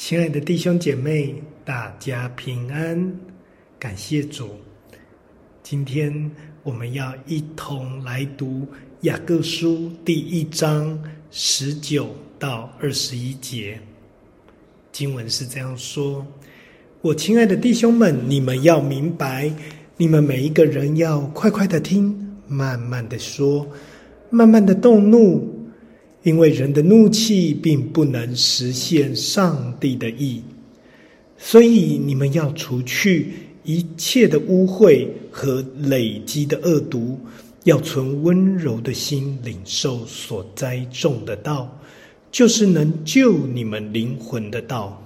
亲爱的弟兄姐妹，大家平安，感谢主。今天我们要一同来读雅各书第1章19到21节。经文是这样说：我亲爱的弟兄们，你们要明白，你们每一个人要快快的听，慢慢的说，慢慢的动怒，因为人的怒气并不能实现上帝的意。所以你们要除去一切的污秽和累积的恶毒，要存温柔的心，领受所栽种的道，就是能救你们灵魂的道。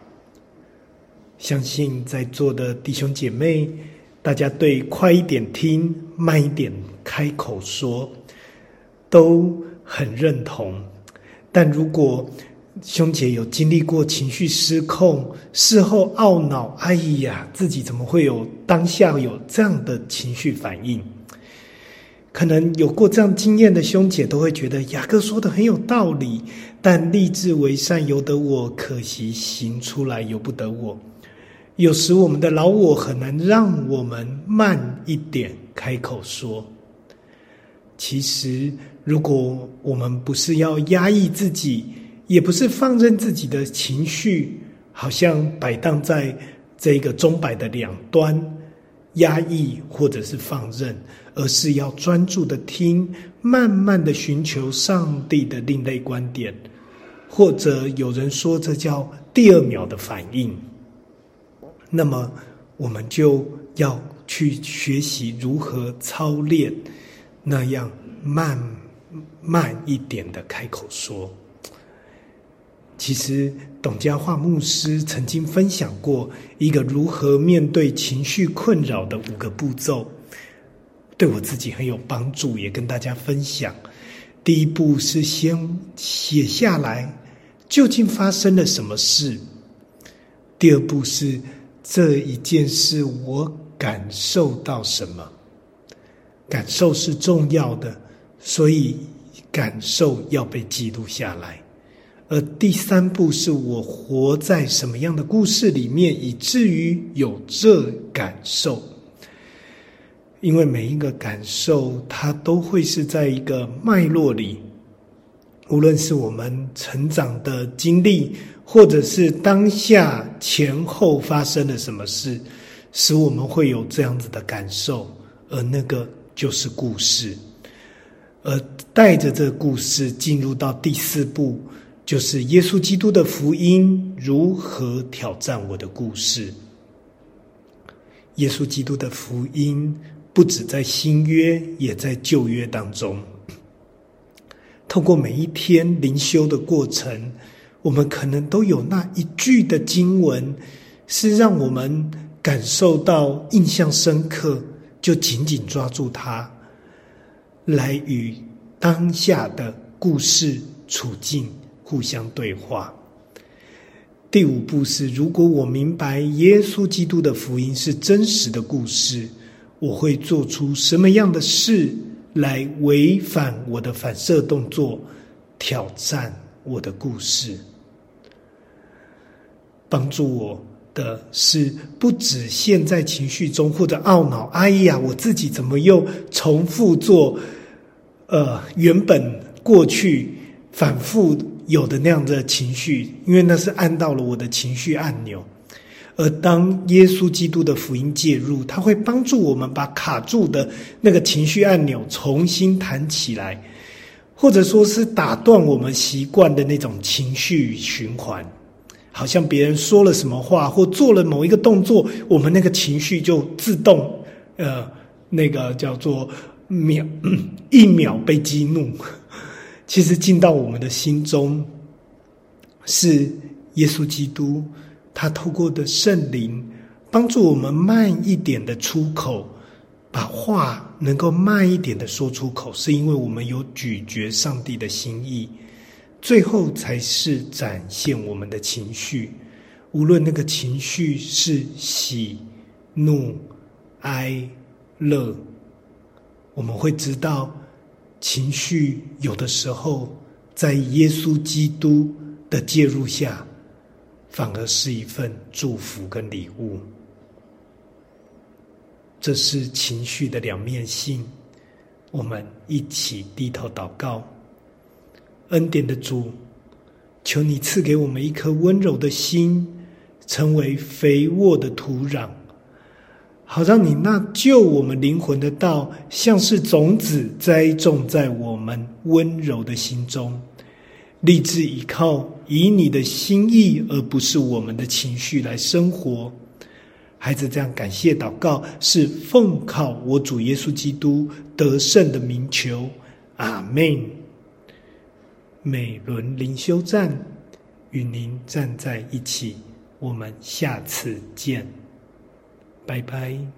相信在座的弟兄姐妹，大家对快一点听，慢一点开口说都很认同。但如果兄姐有经历过情绪失控，事后懊恼，哎呀，自己怎么会当下有这样的情绪反应，可能有过这样经验的兄姐都会觉得雅各说的很有道理，但立志为善由得我，可惜行出来由不得我。有时我们的老我很难让我们慢一点开口说。其实如果我们不是要压抑自己，也不是放任自己的情绪好像摆荡在这个钟摆的两端，压抑或者是放任，而是要专注的听，慢慢的寻求上帝的另类观点，或者有人说这叫第二秒的反应。那么我们就要去学习如何操练那样慢一点的开口说。其实董家化牧师曾经分享过一个如何面对情绪困扰的5个步骤，对我自己很有帮助，也跟大家分享。第一步是先写下来究竟发生了什么事。第二步是这一件事我感受到什么。感受是重要的，所以感受要被记录下来。而第3步是我活在什么样的故事里面，以至于有这感受。因为每一个感受它都会是在一个脉络里，无论是我们成长的经历，或者是当下前后发生了什么事，使我们会有这样子的感受，而那个就是故事。而带着这个故事进入到第4步，就是耶稣基督的福音如何挑战我的故事。耶稣基督的福音不只在新约，也在旧约当中。透过每一天灵修的过程，我们可能都有那一句的经文是让我们感受到印象深刻，就紧紧抓住它，来与当下的故事处境互相对话。第5步是，如果我明白耶稣基督的福音是真实的故事，我会做出什么样的事来违反我的反射动作，挑战我的故事。帮助我的是不止陷在情绪中，或者懊恼，哎呀，我自己怎么又重复做原本过去反复有的那样的情绪，因为那是按到了我的情绪按钮。而当耶稣基督的福音介入，它会帮助我们把卡住的那个情绪按钮重新弹起来，或者说是打断我们习惯的那种情绪循环。好像别人说了什么话或做了某一个动作，我们那个情绪就自动那个叫做一秒被激怒。其实进到我们的心中是耶稣基督，他透过的圣灵帮助我们慢一点的出口，把话能够慢一点的说出口，是因为我们有咀嚼上帝的心意，最后才是展现我们的情绪。无论那个情绪是喜、怒、哀、乐，我们会知道情绪有的时候在耶稣基督的介入下反而是一份祝福跟礼物。这是情绪的两面性，我们一起低头祷告。恩典的主，求你赐给我们一颗温柔的心，成为肥沃的土壤，好让你那救我们灵魂的道，像是种子栽种在我们温柔的心中，立志依靠以你的心意，而不是我们的情绪来生活。孩子这样感谢祷告，是奉靠我主耶稣基督得胜的名求，阿们。每轮灵修站与您站在一起，我们下次见，拜拜。